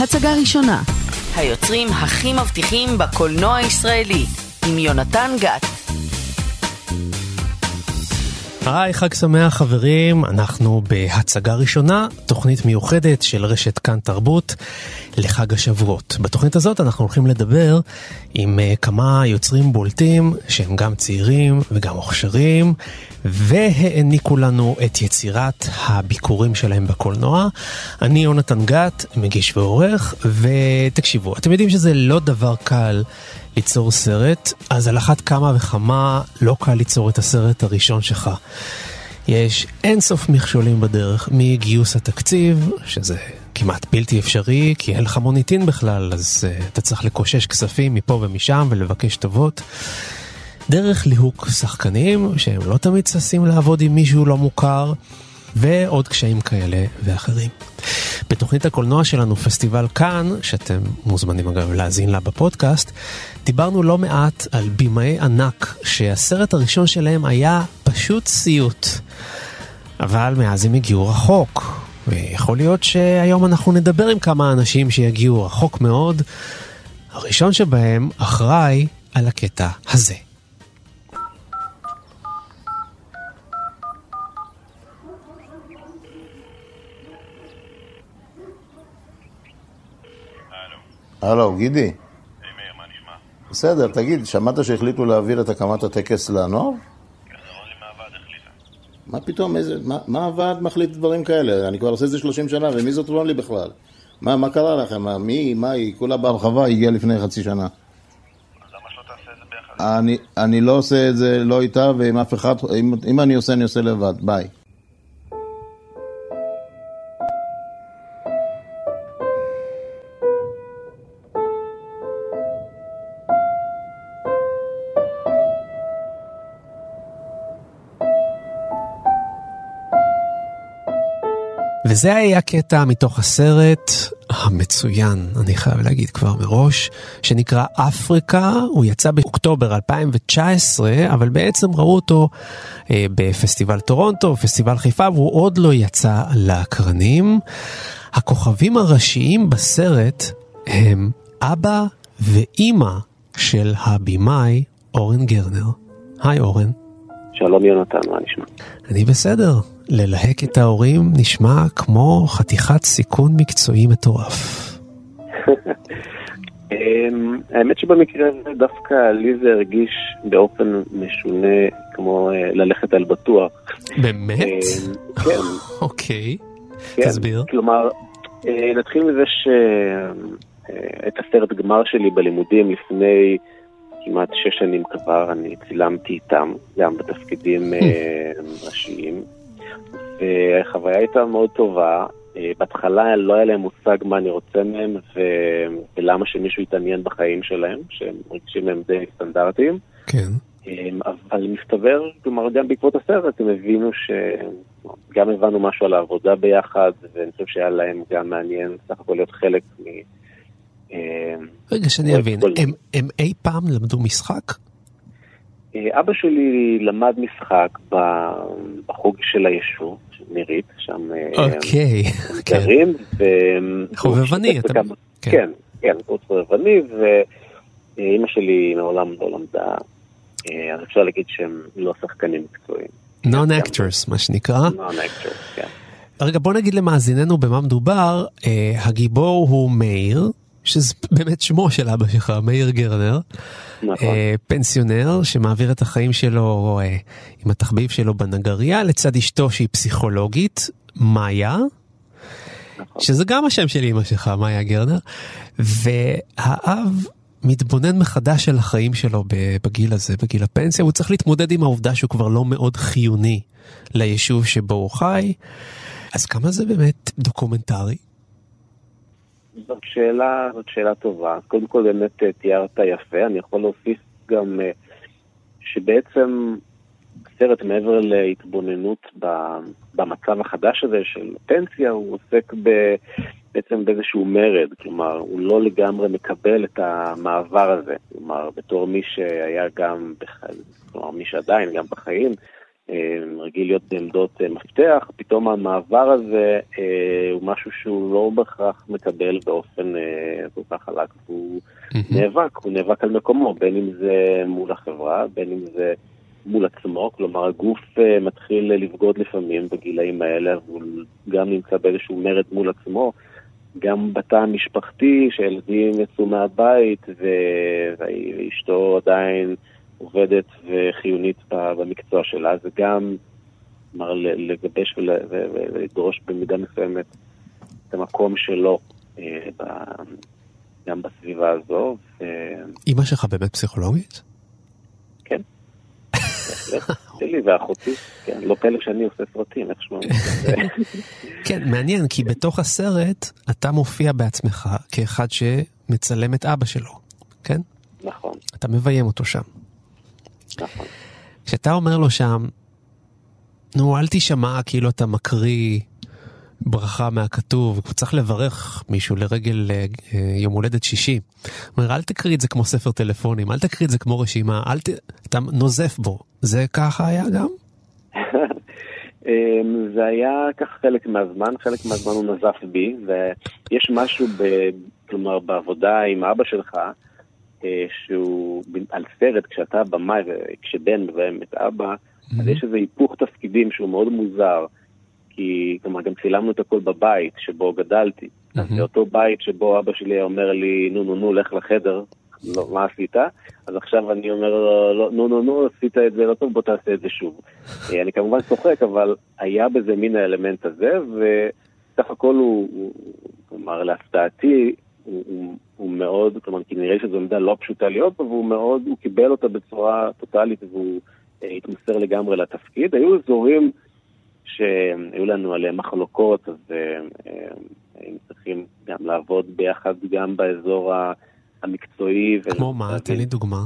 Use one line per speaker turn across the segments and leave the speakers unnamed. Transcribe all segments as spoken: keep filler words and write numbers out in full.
הצגה ראשונה.
היוצרים הכי מבטיחים בקולנוע הישראלי, עם יונתן גת.
היי, חג שמח חברים, אנחנו בהצגה ראשונה, תוכנית מיוחדת של רשת כאן תרבות לחג השבועות. בתוכנית הזאת אנחנו הולכים לדבר עם כמה יוצרים בולטים שהם גם צעירים וגם מוכשרים, והעניקו לנו את יצירת הביקורים שלהם בקולנוע. אני יונתן גת, מגיש ועורך, ותקשיבו, אתם יודעים שזה לא דבר קל ליצור סרט, אז על אחת כמה וכמה לא קל ליצור את הסרט הראשון שלך. יש אין סוף מכשולים בדרך, מגיוס התקציב, שזה כמעט בלתי אפשרי, כי אין לך מוניטין בכלל, אז uh, אתה צריך לקושש כספים מפה ומשם ולבקש טובות. דרך ליהוק שחקנים, שהם לא תמיד ששים לעבוד עם מישהו לא מוכר, ועוד קשיים כאלה ואחרים. בתוכנית הקולנוע שלנו, פסטיבל כאן, שאתם מוזמנים אגב להזין לה בפודקאסט, דיברנו לא מעט על בימאי ענק, שהסרט הראשון שלהם היה פשוט סיוט. אבל מאז הם הגיעו רחוק, ויכול להיות שהיום אנחנו נדבר עם כמה אנשים שיגיעו רחוק מאוד. הראשון שבהם אחראי על הקטע הזה.
הלו, גידי.
היי מאיר, מה נשמע?
בסדר, תגיד, שמעת שהחליטו להעביר את הקמת הטקס לנוער?
כן, זה רוני מהוועד החליטה.
מה פתאום, איזה, מה, מה הוועד מחליט דברים כאלה? אני כבר עושה את זה שלושים שנה, ומי זאת רוני בכלל? מה, מה קרה לכם? מה, מי, מה היא? כולה בהרחבה הגיעה לפני חצי שנה.
אז למה שלא תעשה את זה ביחד?
אני, אני לא עושה את זה לא איתה, ועם אף אחד, אם, אם אני עושה, אני עושה לבד. ביי.
וזה היה קטע מתוך הסרט המצוין, אני חייב להגיד כבר מראש, שנקרא אפריקה. הוא יצא באוקטובר אלפיים תשע עשרה, אבל בעצם ראו אותו אה, בפסטיבל טורונטו, פסטיבל חיפה, והוא עוד לא יצא לאקרנים. הכוכבים הראשיים בסרט הם אבא ואימא של הבימאי אורן גרנר. היי אורן.
שלום יונתן, מה נשמע?
אני בסדר. ללהק את ההורים נשמע כמו חתיכת סיכון מקצועי מטורף.
האמת שבמקרה הזה דווקא לי זה הרגיש באופן משונה כמו ללכת על בטוח.
באמת?
כן.
אוקיי, תסביר.
כלומר, נתחיל מזה שאת הסרט גמר שלי בלימודים לפני כמעט שש שנים כבר, אני צילמתי איתם, גם בתפקידים ראשיים. והחוויה הייתה מאוד טובה. בהתחלה לא היה להם מושג מה אני רוצה מהם ולמה שמישהו יתעניין בחיים שלהם, שהם מרגישים להם די סטנדרטיים.
כן.
אבל מסתבר, כלומר גם בעקבות הסרט הם הבינו שגם הבנו משהו על העבודה ביחד, ואני חושב שהיה להם גם מעניין סך הכל להיות חלק מ...
רגע שאני אבין, הם, הם אי פעם למדו משחק?
אבא שלי למד משחק בחוג של היישוב, נירית, שם
אוקיי,
גרים.
חובבני, אתה...
כן, כן, הוא חובבני, ואמא שלי מעולם לא למדה, אז אפשר להגיד שהם לא שחקנים מקצועיים.
Non-actors, מה שנקרא.
Non-actors, כן.
רגע, בוא נגיד למאזיננו במה מדובר. הגיבור הוא מאיר, שזה באמת שמו של אבא שלך, מאיר גרנר.
נכון.
פנסיונר שמעביר את החיים שלו עם התחביב שלו בנגריה, לצד אשתו שהיא פסיכולוגית, מאיה, נכון. שזה גם השם של אמא שלך, מאיה גרנר, והאב מתבונן מחדש על החיים שלו בגיל הזה, בגיל הפנסיה. הוא צריך להתמודד עם העובדה שהוא כבר לא מאוד חיוני ליישוב שבו הוא חי. אז כמה זה באמת דוקומנטרי?
זאת שאלה, זאת שאלה טובה. קודם כל באמת תיארת יפה. אני יכול להוסיף גם שבעצם סרט מעבר להתבוננות במצב החדש הזה של פנסיה, הוא עוסק בעצם באיזשהו מרד. כלומר, הוא לא לגמרי מקבל את המעבר הזה. כלומר, בתור מי שהיה גם, כלומר, מי שעדיין גם בחיים, רגיל להיות בעמדות מפתח, פתאום המעבר הזה הוא משהו שהוא לא בהכרח מקבל באופן כל כך חלק, והוא נאבק, הוא נאבק על מקומו, בין אם זה מול החברה, בין אם זה מול עצמו, כלומר הגוף מתחיל לבגוד לפעמים בגילאים האלה, והוא גם נמצא באיזשהו מרד מול עצמו, גם בתא המשפחתי שילדים יצאו מהבית ואשתו עדיין עובדת וחיונית במקצוע שלה, זה גם כלומר, לגבש ולדרוש במידה מסוימת את המקום שלו גם בסביבה הזו.
אמא שלך באמת פסיכולוגית?
כן. שלי ואחותי, כן, לא פלא שאני עושה סרטים, איך שמונה.
כן, מעניין, כי בתוך הסרט אתה מופיע בעצמך כאחד שמצלם את אבא שלו, כן?
נכון.
אתה מביים אותו שם.
נכון.
כשאתה אומר לו שם, נו, אל תשמע כאילו אתה מקריא ברכה מהכתוב, צריך לברך מישהו לרגל אה, יום הולדת שישי. אומר, אל תקריא את זה כמו ספר טלפונים, אל תקריא את זה כמו רשימה, אל ת... אתה נוזף בו. זה ככה היה גם?
זה היה כך חלק מהזמן, חלק מהזמן הוא נזף בי, ויש משהו, ב... כלומר, בעבודה עם אבא שלך, שהוא על סרט, כשאתה במאי וכשבן מביים את אבא, mm-hmm. אז יש איזה היפוך תפקידים שהוא מאוד מוזר, כי כלומר גם צילמנו את הכל בבית שבו גדלתי. Mm-hmm. אז באותו בית שבו אבא שלי אומר לי, נו נו נו, לך לחדר, לא, מה עשית? אז עכשיו אני אומר, לא, נו נו נו, עשית את זה לא טוב, בוא תעשה את זה שוב. אני כמובן צוחק, אבל היה בזה מין האלמנט הזה, וסך הכל הוא, הוא כלומר, להפתעתי, הוא, הוא, הוא מאוד, כלומר, כי נראה שזו עמדה לא פשוטה להיות, והוא מאוד, הוא קיבל אותה בצורה טוטלית, והוא התמסר לגמרי לתפקיד. היו אזורים שהיו לנו עליהם מחלוקות, אז היינו צריכים גם לעבוד ביחד, גם באזור המקצועי.
כמו מה? תן לי דוגמה.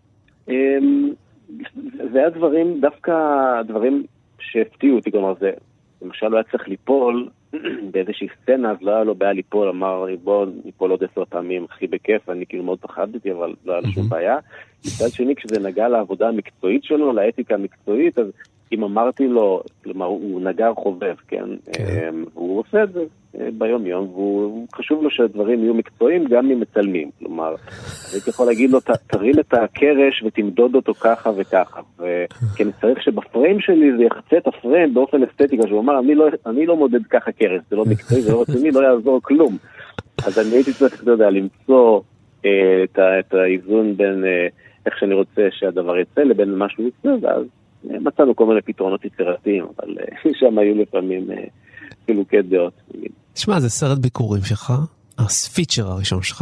זה היה דברים, דווקא דברים שהפתיעו אותי, כלומר, זה, למשל, לא היה צריך ליפול באיזושהי סצנה, אז לא היה לו בעיה ליפול, אמר, בוא ניפול עוד עשר פעמים, הכי בכיף, אני כאילו מאוד פחדתי, אבל לא היה לו שום בעיה. מצד שני, כשזה נגע לעבודה המקצועית שלו, לאתיקה המקצועית, אז אם אמרתי לו, כלומר, הוא נגר חובב, כן? והוא עושה את זה ביום יום, והוא חשוב לו שהדברים יהיו מקצועיים, גם אם מצלמים. כלומר, הייתי יכול להגיד לו, תרים את הקרש ותמדוד אותו ככה וככה. כי אני צריך שבפריים שלי זה יחצה את הפריים באופן אסתטיקה, שהוא אמר, אני לא, אני לא מודד ככה קרש, זה לא מקצועי, זה לא רציני, לא יעזור כלום. אז אני הייתי צריך, אתה יודע, למצוא את, את האיזון בין איך שאני רוצה שהדבר יצא, לבין משהו יצא, ואז מצאנו כל מיני פתרונות יצירתיים, אבל שם היו לפעמים חילוקי דעות.
תשמע, זה סרט ביקורים שלך, הספיצ'ר הראשון שלך,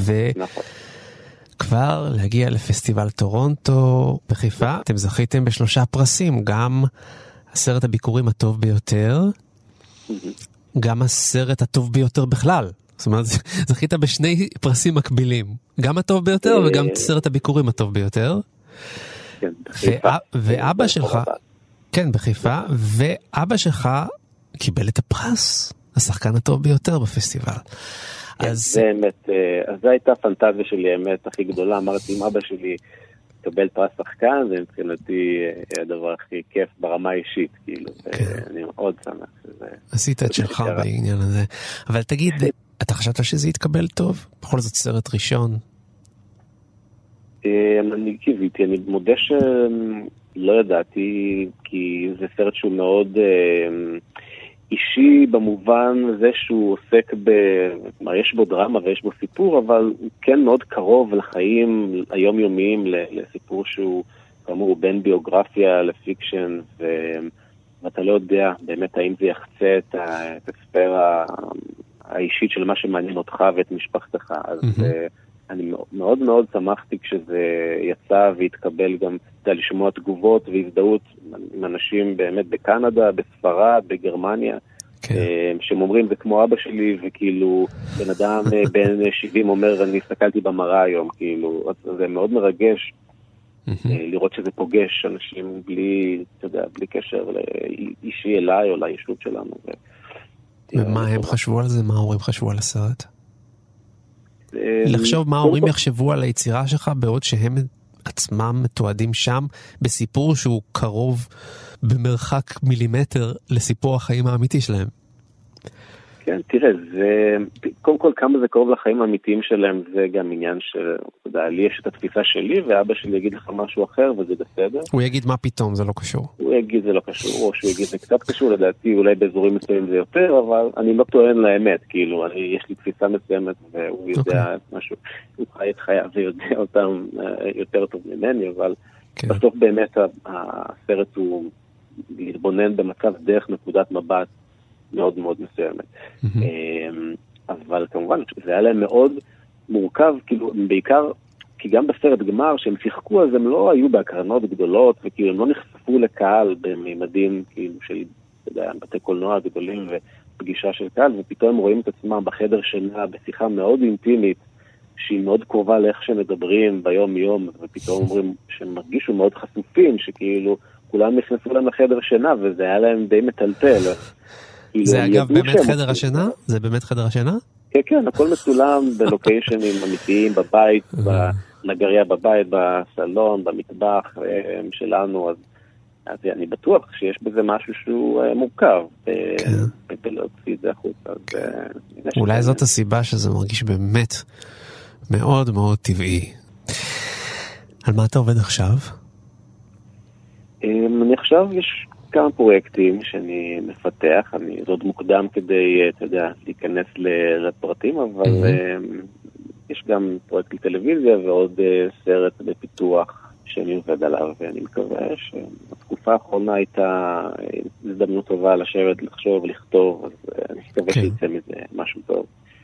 וכבר להגיע לפסטיבל טורונטו בחיפה, אתם זכיתם בשלושה פרסים, גם הסרט הביקורים הטוב ביותר, גם הסרט הטוב ביותר בכלל. זאת אומרת, זכית בשני פרסים מקבילים, גם הטוב ביותר וגם סרט הביקורים הטוב ביותר.
כן, בחיפה.
ואבא שלך, כן, בחיפה, ואבא שלך קיבל את הפרס, השחקן הטוב ביותר בפסטיבל.
אז באמת, אז זו הייתה פנטזיה שלי, האמת הכי גדולה. אמרתי, אם אבא שלי קבל פרס שחקן, זה מבחינתי הדבר הכי כיף ברמה האישית, כאילו, ואני מאוד שמח.
עשית את שלך בעניין הזה. אבל תגיד, אתה חשבת שזה יתקבל טוב? בכל זאת סרט ראשון.
אני קיוויתי, אני מודה שלא ידעתי, כי זה סרט שהוא מאוד אישי במובן זה שהוא עוסק ב... יש בו דרמה ויש בו סיפור, אבל הוא כן מאוד קרוב לחיים היומיומיים, לסיפור שהוא, כאמור, בין ביוגרפיה לפיקשן, ו... ואתה לא יודע באמת האם זה יחצה את, ה... את הספירה האישית של מה שמעניין אותך ואת משפחתך. אז mm-hmm. אני מאוד מאוד שמחתי כשזה יצא והתקבל גם לשמוע תגובות והזדהות עם אנשים באמת בקנדה, בספרד, בגרמניה, okay. שהם אומרים זה כמו אבא שלי, וכאילו בן אדם בן שבעים אומר אני הסתכלתי במראה היום, כאילו זה מאוד מרגש mm-hmm. לראות שזה פוגש אנשים בלי, אתה יודע, בלי קשר אישי אליי או לאישות שלנו.
ומה הם חשבו על זה? מה ההורים חשבו על הסרט? לחשוב מה ההורים יחשבו על היצירה שלך בעוד שהם עצמם מתועדים שם בסיפור שהוא קרוב במרחק מילימטר לסיפור החיים האמיתי שלהם.
כן, תראה, זה, קודם כל כמה זה קרוב לחיים האמיתיים שלהם, זה גם עניין של, אתה יודע, לי יש את התפיסה שלי, ואבא שלי יגיד לך משהו אחר, וזה בסדר.
הוא יגיד מה פתאום, זה לא קשור.
הוא יגיד זה לא קשור, או שהוא יגיד זה קצת קשור, לדעתי אולי באזורים מסוימים זה יותר, אבל אני לא טוען לאמת, כאילו, אני, יש לי תפיסה מסוימת, והוא יודע okay. משהו, הוא חי את חייו ויודע אותם יותר טוב ממני, אבל okay. בסוף באמת הסרט הוא להתבונן במצב דרך נקודת מבט, מאוד מאוד מסוימת. Mm-hmm. אבל כמובן, זה היה להם מאוד מורכב, כאילו, בעיקר, כי גם בסרט גמר שהם שיחקו, אז הם לא היו בהקרנות גדולות, וכאילו הם לא נחשפו לקהל בממדים, כאילו, של, אתה יודע, בתי קולנוע גדולים ופגישה של קהל, ופתאום הם רואים את עצמם בחדר שינה, בשיחה מאוד אינטימית, שהיא מאוד קרובה לאיך שהם מדברים ביום-יום, ופתאום אומרים שהם מרגישו מאוד חשופים, שכאילו, כולם נכנסו להם לחדר שינה, וזה היה להם די מטלטל.
זה אגב באמת חדר השינה? זה באמת חדר השינה?
כן, כן, הכל מצולם בלוקיישנים אמיתיים, בבית, בנגריה בבית, בסלון, במטבח שלנו, אז אני בטוח שיש בזה משהו שהוא מורכב, בלהוציא את זה החוצה.
אולי זאת הסיבה שזה מרגיש באמת מאוד מאוד טבעי. על מה אתה עובד עכשיו?
אני עכשיו יש... כמה פרויקטים שאני מפתח, אני עוד מוקדם כדי, אתה יודע, להיכנס לפרטים, אבל mm-hmm. יש גם פרויקט לטלוויזיה ועוד סרט בפיתוח שאני עובד עליו, ואני מקווה שהתקופה האחרונה הייתה הזדמנות טובה לשבת, לחשוב, לכתוב, אז אני מקווה okay. שיצא מזה משהו טוב.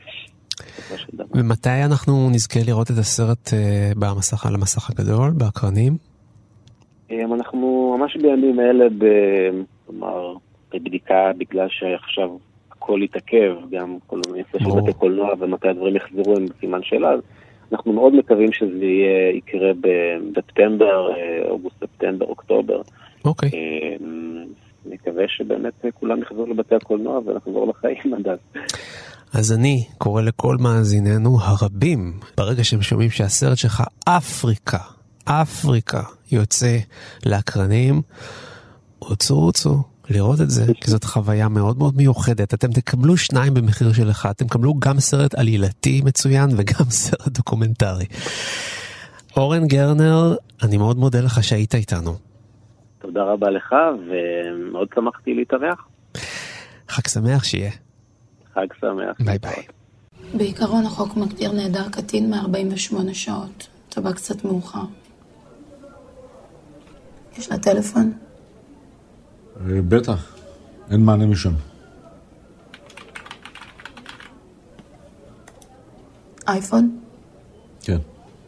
ומתי אנחנו נזכה לראות את הסרט במסך, על המסך הגדול, באקרנים?
אנחנו ממש בימים אלה כלומר, בבדיקה, בגלל שעכשיו הכל יתעכב, גם כל הנושא של בתי קולנוע ומתי הדברים יחזרו עם סימן שאלה, אנחנו מאוד מקווים שזה יקרה בספטמבר, אוגוסט, ספטמבר, אוקטובר.
אוקיי.
מקווה שבאמת כולם יחזרו לבתי הקולנוע ונחזור לחיים עד אז.
אז אני קורא לכל מאזיננו הרבים, ברגע שהם שומעים שהסרט שלך אפריקה, אפריקה יוצא לאקרנים, רוצו רוצו לראות את זה, כי זאת חוויה מאוד מאוד מיוחדת. אתם תקבלו שניים במחיר של אחד, אתם תקבלו גם סרט עלילתי מצוין וגם סרט דוקומנטרי. אורן גרנר, אני מאוד מודה לך שהיית איתנו.
תודה רבה לך, ומאוד שמחתי להתארח.
חג שמח שיהיה.
חג שמח.
ביי ביי.
בעיקרון החוק מגדיר נעדר קטין מ-ארבעים ושמונה שעות. אתה בא קצת מאוחר. יש לה טלפון?
בטח, אין מענה משם.
אייפון?
כן.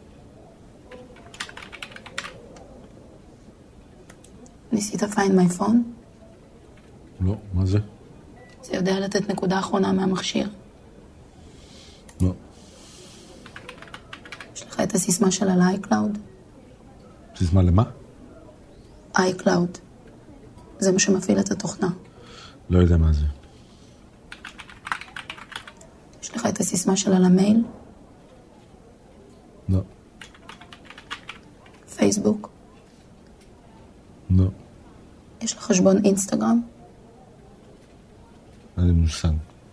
ניסית find my phone?
לא, מה זה?
זה יודע לתת נקודה אחרונה מהמכשיר.
לא.
יש לך את הסיסמה שלה ל-iCloud?
סיסמה למה?
iCloud. זה מה שמפעיל את התוכנה.
לא יודע מה זה.
יש לך את הסיסמה שלה למייל?
לא.
פייסבוק?
לא.
יש לך חשבון אינסטגרם?
אני מושג.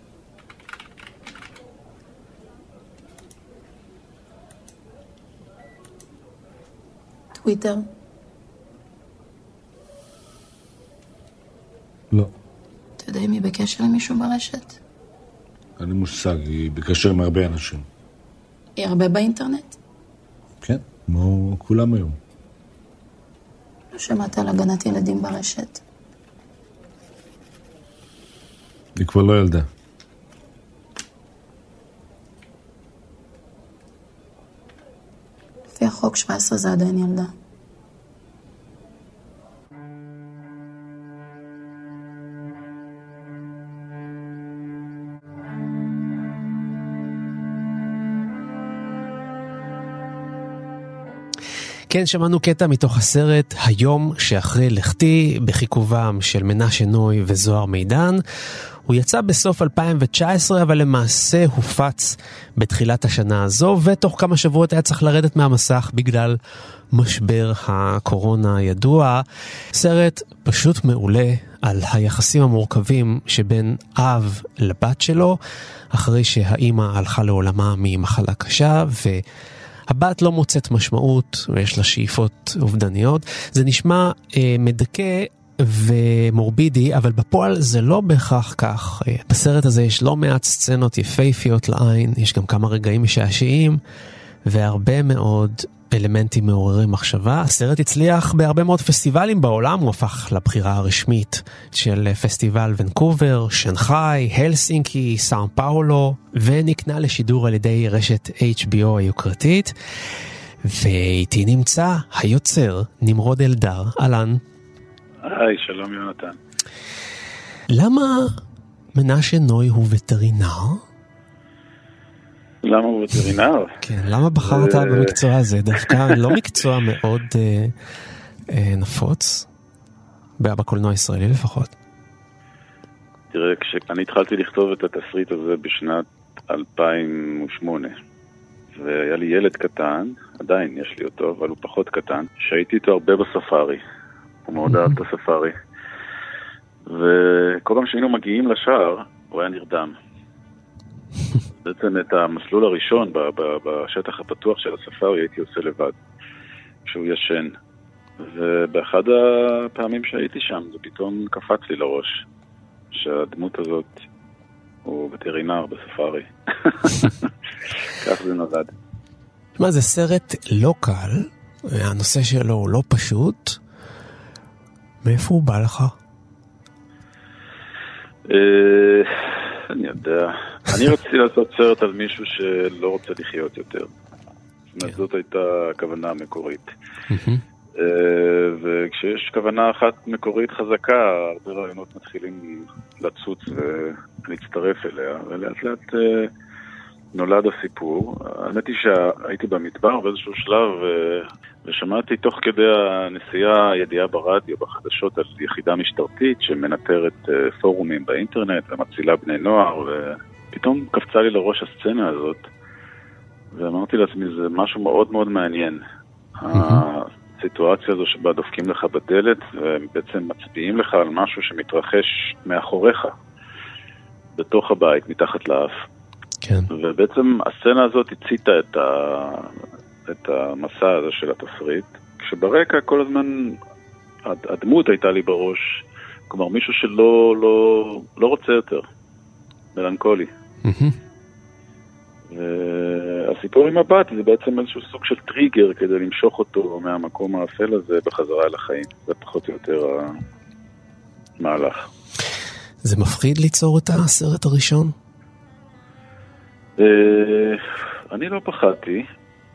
טוויטר?
לא.
אתה יודע אם היא בקשר עם מישהו ברשת?
אני מושג, היא בקשר עם הרבה אנשים.
היא הרבה באינטרנט?
כן, כמו כולם היום.
לא שמעת על הגנת ילדים ברשת.
היא כבר לא ילדה.
לפי החוק שבע עשרה זה עדיין ילדה.
כן, שמענו קטע מתוך הסרט היום שאחרי לכתי, בחיכובם של מנשה נוי וזוהר מידן, הוא יצא בסוף אלפיים תשע עשרה, אבל למעשה הופץ בתחילת השנה הזו, ותוך כמה שבועות היה צריך לרדת מהמסך בגלל משבר הקורונה הידוע. סרט פשוט מעולה על היחסים המורכבים שבין אב לבת שלו, אחרי שהאימא הלכה לעולמה ממחלה קשה, והבת לא מוצאת משמעות, ויש לה שאיפות אובדניות. זה נשמע אה, מדכא ומורבידי, אבל בפועל זה לא בהכרח כך. בסרט הזה יש לא מעט סצנות יפהפיות לעין, יש גם כמה רגעים משעשעים, והרבה מאוד אלמנטים מעוררי מחשבה. הסרט הצליח בהרבה מאוד פסטיבלים בעולם, הוא הפך לבחירה הרשמית של פסטיבל ונקובר, שנגחאי, הלסינקי, סאו פאולו, ונקנה לשידור על ידי רשת אייץ' בי או היוקרתית. ואיתי נמצא היוצר נמרוד אלדר. אלן.
היי, שלום יונתן.
למה מנשה נוי הוא וטרינר?
למה הוא וטרינר?
כן, למה בחרת במקצוע הזה? דווקא לא מקצוע מאוד אה, אה, נפוץ, בקולנוע הישראלי לפחות.
תראה, כשאני התחלתי לכתוב את התסריט הזה בשנת אלפיים ושמונה, והיה לי ילד קטן, עדיין יש לי אותו, אבל הוא פחות קטן, שהייתי איתו הרבה בספארי. הוא מאוד אהב את הספארי. וכל פעם שהיינו מגיעים לשער, הוא היה נרדם. בעצם את המסלול הראשון בשטח הפתוח של הספארי הייתי עושה לבד, כשהוא ישן. ובאחד הפעמים שהייתי שם, זה פתאום קפץ לי לראש, שהדמות הזאת הוא וטרינר בספארי. כך זה נולד.
מה, זה סרט לא קל, הנושא שלו הוא לא פשוט. מאיפה הוא בא לך?
אני יודע. אני רציתי לעשות סרט על מישהו שלא רוצה לחיות יותר. זאת הייתה הכוונה המקורית. וכשיש כוונה אחת מקורית חזקה, הרבה רעיונות מתחילים לצוץ ולהצטרף אליה, ולאט לאט נולד הסיפור. האמת היא שהייתי במדבר באיזשהו שלב, ושמעתי תוך כדי הנסיעה ידיעה ברדיו, בחדשות, על יחידה משטרתית שמנטרת פורומים באינטרנט ומצילה בני נוער, ופתאום קפצה לי לראש הסצנה הזאת, ואמרתי לעצמי, זה משהו מאוד מאוד מעניין. הסיטואציה הזו שבה דופקים לך בדלת, ובעצם מצביעים לך על משהו שמתרחש מאחוריך, בתוך הבית, מתחת לאף.
כן.
ובעצם הסצנה הזאת הציתה את, ה... את המסע הזה של התסריט, כשברקע כל הזמן הדמות הייתה לי בראש, כלומר מישהו שלא לא, לא רוצה יותר, מלנכולי. והסיפור עם הבת זה בעצם איזשהו סוג של טריגר כדי למשוך אותו מהמקום האפל הזה בחזרה לחיים. זה פחות או יותר המהלך.
זה מפחיד ליצור את הסרט הראשון?
אני לא פחדתי.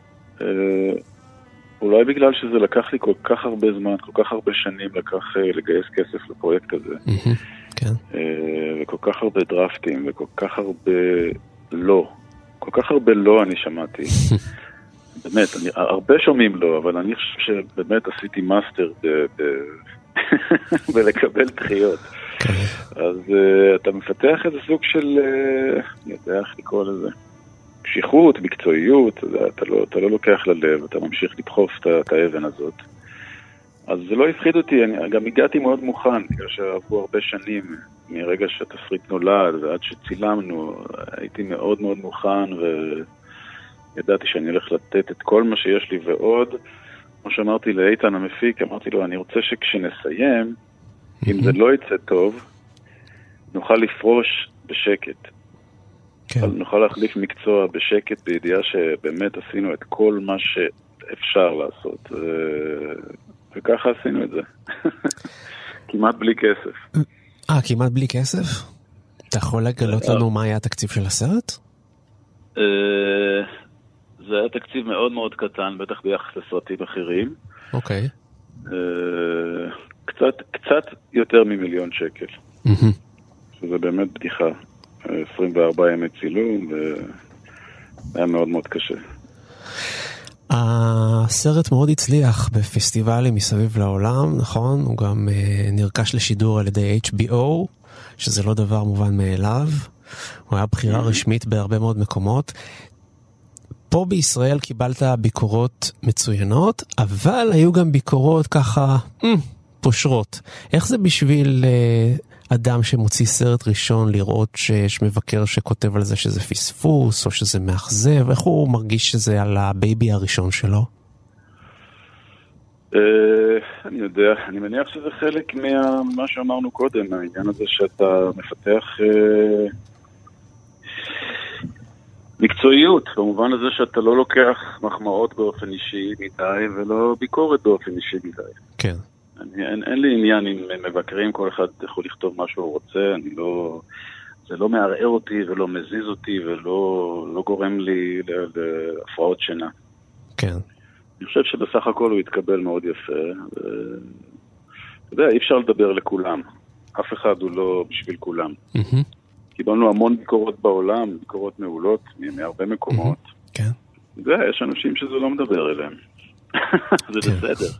אולי בגלל שזה לקח לי כל כך הרבה זמן, כל כך הרבה שנים לקח לגייס כסף לפרויקט הזה.
כן.
וכל כך הרבה דרפטים וכל כך הרבה לא. כל כך הרבה לא אני שמעתי. באמת, אני, הרבה שומעים לא, אבל אני חושב שבאמת עשיתי מאסטר ב, ב, בלקבל דחיות. אז uh, אתה מפתח איזה סוג של, uh, אני יודע איך לקרוא לזה, קשיחות, מקצועיות, אתה לא, אתה לא לוקח ללב, אתה ממשיך לדחוף את, את האבן הזאת. אז זה לא הפחיד אותי, אני גם הגעתי מאוד מוכן, בגלל שעברו הרבה שנים מרגע שהתסריט נולד ועד שצילמנו, הייתי מאוד מאוד מוכן וידעתי שאני הולך לתת את כל מה שיש לי ועוד. כמו שאמרתי לאיתן המפיק, אמרתי לו, אני רוצה שכשנסיים, אם זה לא יצא טוב, נוכל לפרוש בשקט. כן. נוכל להחליף מקצוע בשקט בידיעה שבאמת עשינו את כל מה שאפשר לעשות. ו... וככה עשינו את זה. כמעט בלי כסף.
אה, כמעט בלי כסף? אתה יכול לגלות לנו מה היה התקציב של הסרט?
זה היה תקציב מאוד מאוד קטן, בטח ביחס לסרטים אחרים.
אוקיי.
קצת, קצת יותר ממיליון שקל. שזה באמת בדיחה. עשרים וארבעה ימי צילום, והיה מאוד מאוד קשה.
הסרט מאוד הצליח בפסטיבלים מסביב לעולם, נכון? הוא גם נרכש לשידור על ידי אייץ' בי או, שזה לא דבר מובן מאליו. הוא היה בחירה רשמית בהרבה מאוד מקומות. פה בישראל קיבלת ביקורות מצוינות, אבל היו גם ביקורות ככה פושרות. איך זה בשביל אדם שמוציא סרט ראשון לראות שיש מבקר שכותב על זה שזה פספוס או שזה מאכזב? איך הוא מרגיש שזה על הבייבי הראשון שלו?
אני יודע, אני מניח שזה חלק ממה שאמרנו קודם, העניין הזה שאתה מפתח מקצועיות, במובן הזה שאתה לא לוקח מחמאות באופן אישי מדי ולא ביקורת באופן אישי מדי.
כן.
אני, אין, אין לי עניין עם מבקרים, כל אחד יכול לכתוב מה שהוא רוצה, אני לא, זה לא מערער אותי ולא מזיז אותי ולא לא גורם לי להפרעות שינה.
כן.
אני חושב שבסך הכל הוא יתקבל מאוד יפה. ו... אתה יודע, אי אפשר לדבר לכולם. אף אחד הוא לא בשביל כולם. Mm-hmm. קיבלנו המון ביקורות בעולם, ביקורות מעולות מהרבה מקומות.
Mm-hmm. כן.
אתה יודע, יש אנשים שזה לא מדבר אליהם. זה כן. בסדר.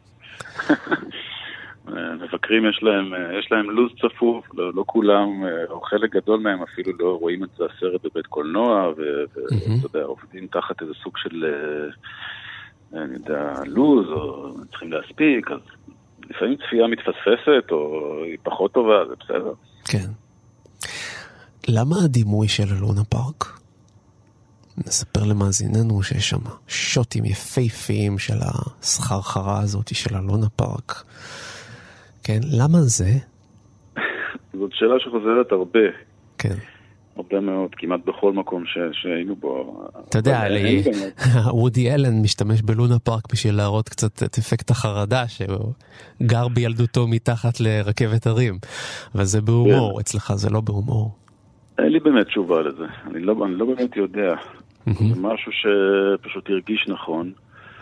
מבקרים יש להם, יש להם לוז צפוף, לא, לא כולם, או חלק גדול מהם אפילו לא רואים את זה הסרט בבית קולנוע, ואתה mm-hmm. יודע, עובדים תחת איזה סוג של... אני יודע, לוז, או צריכים להספיק, אז לפעמים צפייה מתפספסת, או היא פחות טובה, זה בסדר.
כן. למה הדימוי של הלונה פארק? נספר למאזיננו שיש שם שוטים יפהפיים של הסחרחרה הזאת של הלונה פארק. כן, למה זה?
זאת שאלה שחוזרת הרבה.
כן.
הרבה מאוד, כמעט בכל מקום ש... שהיינו בו.
אתה יודע, וודי אלן משתמש בלונה פארק בשביל להראות קצת את אפקט החרדה, שהוא גר בילדותו מתחת לרכבת הרים. אבל זה בהומור, אצלך זה לא בהומור.
אין לי באמת תשובה לזה. אני לא, אני לא באמת יודע. זה משהו שפשוט הרגיש נכון.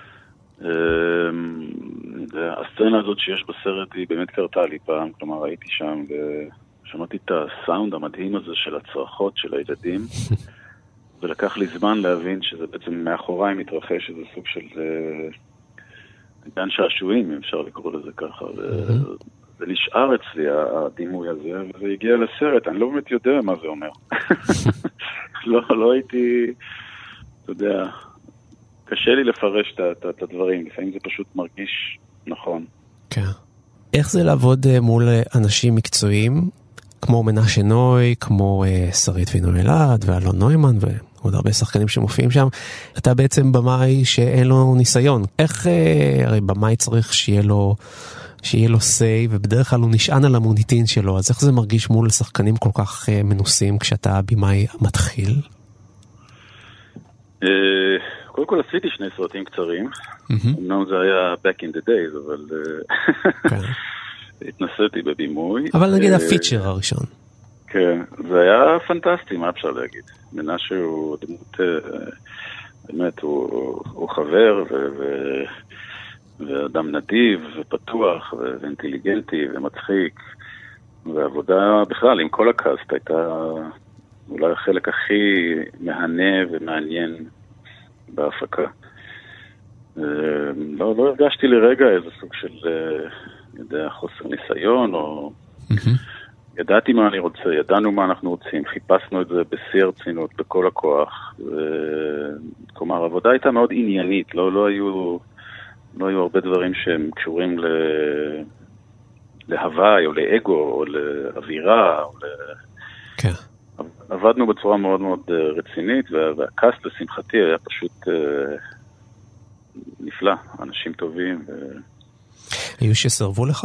הסצנה הזאת שיש בסרט היא באמת קרתה לי פעם, כלומר הייתי שם ו... שמעתי את הסאונד המדהים הזה של הצרחות של הילדים, ולקח לי זמן להבין שזה בעצם מאחוריי מתרחש איזה סוג של גן שעשועים, אם אפשר לקרוא לזה ככה, וזה נשאר אצלי הדימוי הזה, וזה הגיע לסרט, אני לא באמת יודע מה זה אומר. לא, לא הייתי, אתה יודע, קשה לי לפרש את הדברים, לפעמים זה פשוט מרגיש נכון.
כן. איך זה לעבוד מול אנשים מקצועיים? כמו מנשה נוי, כמו uh, שרית וינוי אלעד, ואלון נוימן, ועוד הרבה שחקנים שמופיעים שם. אתה בעצם במאי שאין לו ניסיון. איך, uh, הרי במאי צריך שיהיה לו, שיהיה לו say, ובדרך כלל הוא נשען על המוניטין שלו, אז איך זה מרגיש מול שחקנים כל כך uh, מנוסים, כשאתה במאי מתחיל?
Uh, קודם כל עשיתי שני סרטים קצרים. אמנם זה היה back in the days, אבל... כן. התנסיתי בבימוי.
אבל נגיד הפיצ'ר הראשון.
כן, זה היה פנטסטי, מה אפשר להגיד? מנשה הוא דמות, באמת, הוא חבר ואדם נדיב ופתוח ואינטליגנטי ומצחיק, ועבודה בכלל עם כל הקאסט הייתה אולי החלק הכי מהנה ומעניין בהפקה. לא, לא הרגשתי לרגע איזה סוג של... יודע, חוסר ניסיון, או... Mm-hmm. ידעתי מה אני רוצה, ידענו מה אנחנו רוצים, חיפשנו את זה בשיא הרצינות, בכל הכוח. ו... כלומר, העבודה הייתה מאוד עניינית, לא, לא היו, לא היו הרבה דברים שהם קשורים ל... להוואי, או לאגו, או לאווירה, או ל...
כן.
עבדנו בצורה מאוד מאוד רצינית, וה... והקאסט לשמחתי היה פשוט נפלא, אנשים טובים, ו...
היו שסרבו לך?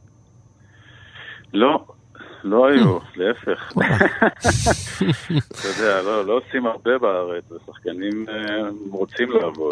לא, לא היו, להפך. אתה יודע, לא, לא עושים הרבה בארץ, ושחקנים רוצים לעבוד.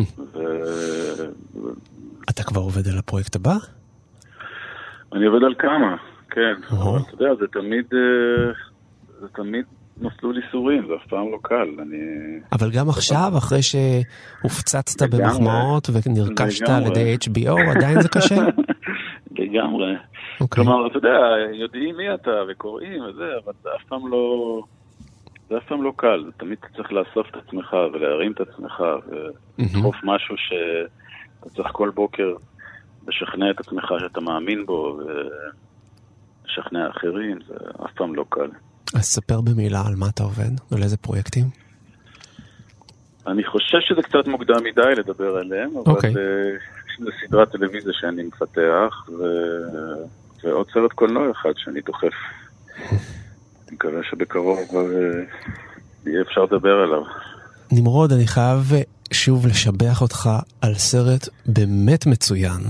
אתה כבר עובד על הפרויקט הבא?
אני עובד על כמה, כן. אתה יודע, זה תמיד, זה תמיד מסלול איסורים, זה אף פעם לא קל.
אבל גם עכשיו, אחרי שהופצצת במחמאות ונרכשת על ידי אייץ' בי או, עדיין זה קשה?
לגמרי. כלומר, אתה יודע, יודעים מי אתה וקוראים וזה, אבל זה אף פעם לא... זה אף פעם לא קל. זה תמיד צריך לאסוף את עצמך ולהרים את עצמך ולדחוף משהו שאתה צריך כל בוקר לשכנע את עצמך שאתה מאמין בו לשכנע אחרים, זה אף פעם לא קל.
אז ספר במילה על מה אתה עובד, על איזה פרויקטים?
אני חושב שזה קצת מוקדם מדי לדבר עליהם, אבל
אוקיי.
זו סדרת טלוויזיה שאני מפתח, ו... ועוד סרט קולנוע אחד שאני דוחף. אני מקווה שבקרוב כבר יהיה אפשר לדבר עליו.
נמרוד, אני חייב שוב לשבח אותך על סרט באמת מצוין,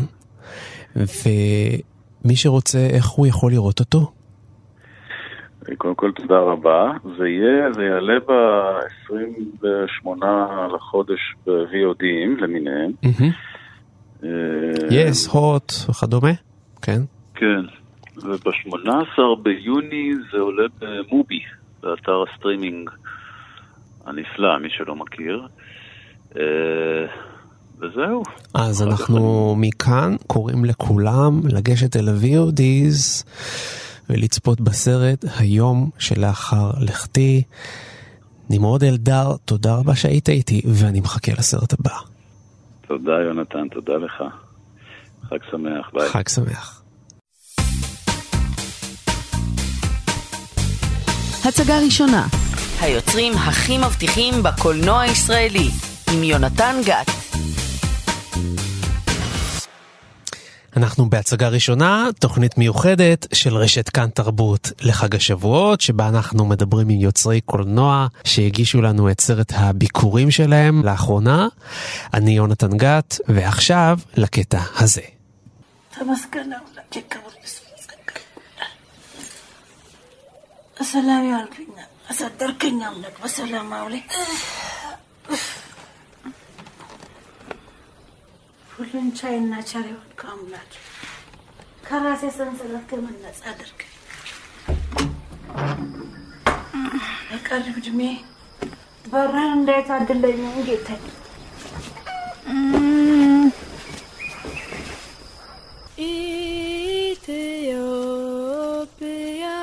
ומי שרוצה, איך הוא יכול לראות אותו?
קודם כל תודה רבה. זה יהיה, זה יעלה ב-עשרים ושמונה לחודש ב-וי או די למיניהם.
יס, הוט וכדומה? כן.
כן. וב-שמונה עשר ביוני זה עולה במובי, באתר הסטרימינג הנפלא, מי שלא מכיר. וזהו.
אז אנחנו מכאן קוראים לכולם לגשת אל ה-וי או דיז ולצפות בסרט היום שלאחר לכתי. נמרוד אלדר, תודה רבה שהיית איתי, ואני מחכה לסרט הבא.
תודה יונתן, תודה לך. חג שמח, ביי.
חג שמח.
הצגה ראשונה. היוצרים הכי מבטיחים בקולנוע הישראלי, עם יונתן גת.
אנחנו בהצגה ראשונה, תוכנית מיוחדת של רשת כאן תרבות לחג השבועות, שבה אנחנו מדברים עם יוצרי קולנוע שהגישו לנו את סרט הביקורים שלהם לאחרונה. אני יונתן גת, ועכשיו לקטע הזה.
السلام عليكم أصدرك نعمك والسلام عليكم فلن شاينا شاري وكاملات كراسي سنسلت كمان أصدرك أقرب جميع بران ده تعدل لي من جيتك إثيوبيا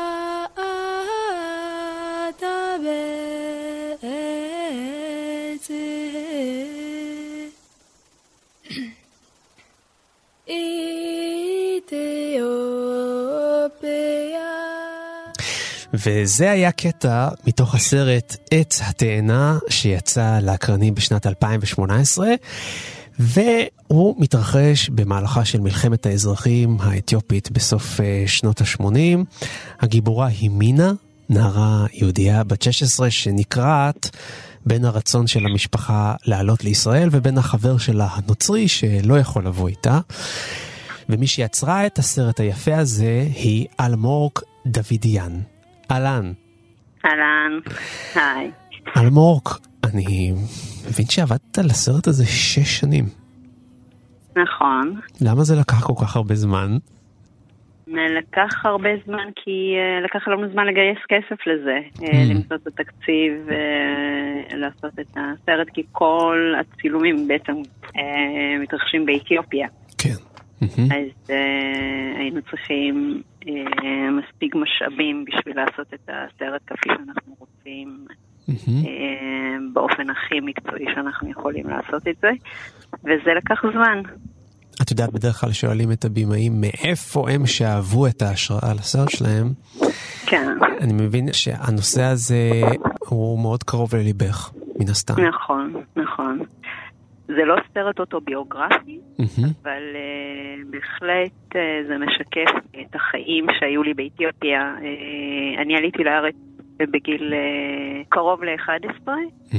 וזה היה קטע מתוך הסרט עץ התאנה שיצא לאקרנים בשנת אלפיים ושמונה עשרה, והוא מתרחש במהלכה של מלחמת האזרחים האתיופית בסוף שנות ה-שמונים. הגיבורה היא מינה, נערה יהודייה בת שש עשרה שנקראת בין הרצון של המשפחה לעלות לישראל ובין החבר שלה הנוצרי שלא יכול לבוא איתה. ומי שיצרה את הסרט היפה הזה היא אלמוג דוידיאן. אלן.
אלן, היי.
אלמוג, אני מבין שעבדת על הסרט הזה שש שנים.
נכון.
למה זה לקח כל כך הרבה זמן?
לקח הרבה זמן כי לקח לנו זמן לגייס כסף לזה, למצוא את התקציב, לעשות את הסרט, כי כל הצילומים בעצם מתרחשים באתיופיה.
כן.
אז היינו צריכים מספיק משאבים בשביל לעשות את הסרט כפי שאנחנו רוצים, באופן הכי מקצועי שאנחנו יכולים לעשות את זה, וזה לקח זמן.
את יודעת, בדרך כלל שואלים את הבימאים מאיפה הם שאהבו את ההשראה לסרט שלהם.
כן.
אני מבין שהנושא הזה הוא מאוד קרוב לליבך, מן הסתם.
נכון, נכון. זה לא סרט אוטוביוגרפי, אבל בהחלט זה משקף את החיים שהיו לי באתיופיה. אני עליתי לארץ בגיל קרוב ל-אחת עשרה,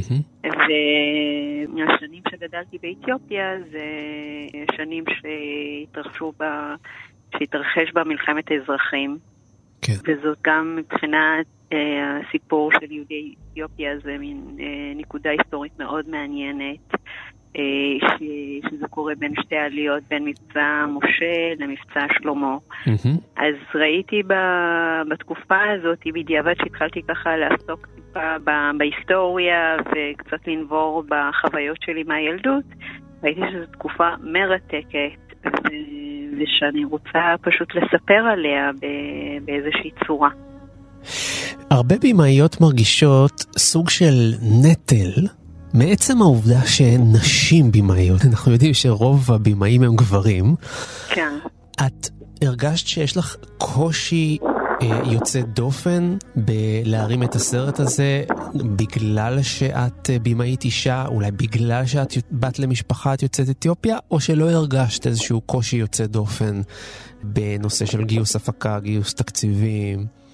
והשנים שגדלתי באתיופיה זה שנים שהתרחשו בה, שהתרחש בה מלחמת האזרחים.
כן.
וזאת גם מבחינת הסיפור של יהודי אתיופיה, זה מין נקודה היסטורית מאוד מעניינת, שזה קורה בין שתי עליות, בין מבצע משה למבצע שלמה. אז ראיתי בתקופה הזאת, בדיעבד שהתחלתי ככה לעסוק טיפה בהיסטוריה וקצת לנבור בחוויות שלי מהילדות, ראיתי שזו תקופה מרתקת ושאני רוצה פשוט לספר עליה באיזושהי צורה.
הרבה בימאיות מרגישות סוג של נטל מעצם העובדה שהן נשים בימאיות. אנחנו יודעים שרוב הבימאים הם גברים.
כן.
את הרגשת שיש לך קושי יוצא דופן בלהרים את הסרט הזה בגלל שאת בימאית אישה, אולי בגלל שאת בת למשפחה את יוצאת אתיופיה, או שלא הרגשת איזשהו קושי יוצא דופן בנושא של גיוס הפקה, גיוס תקציבים?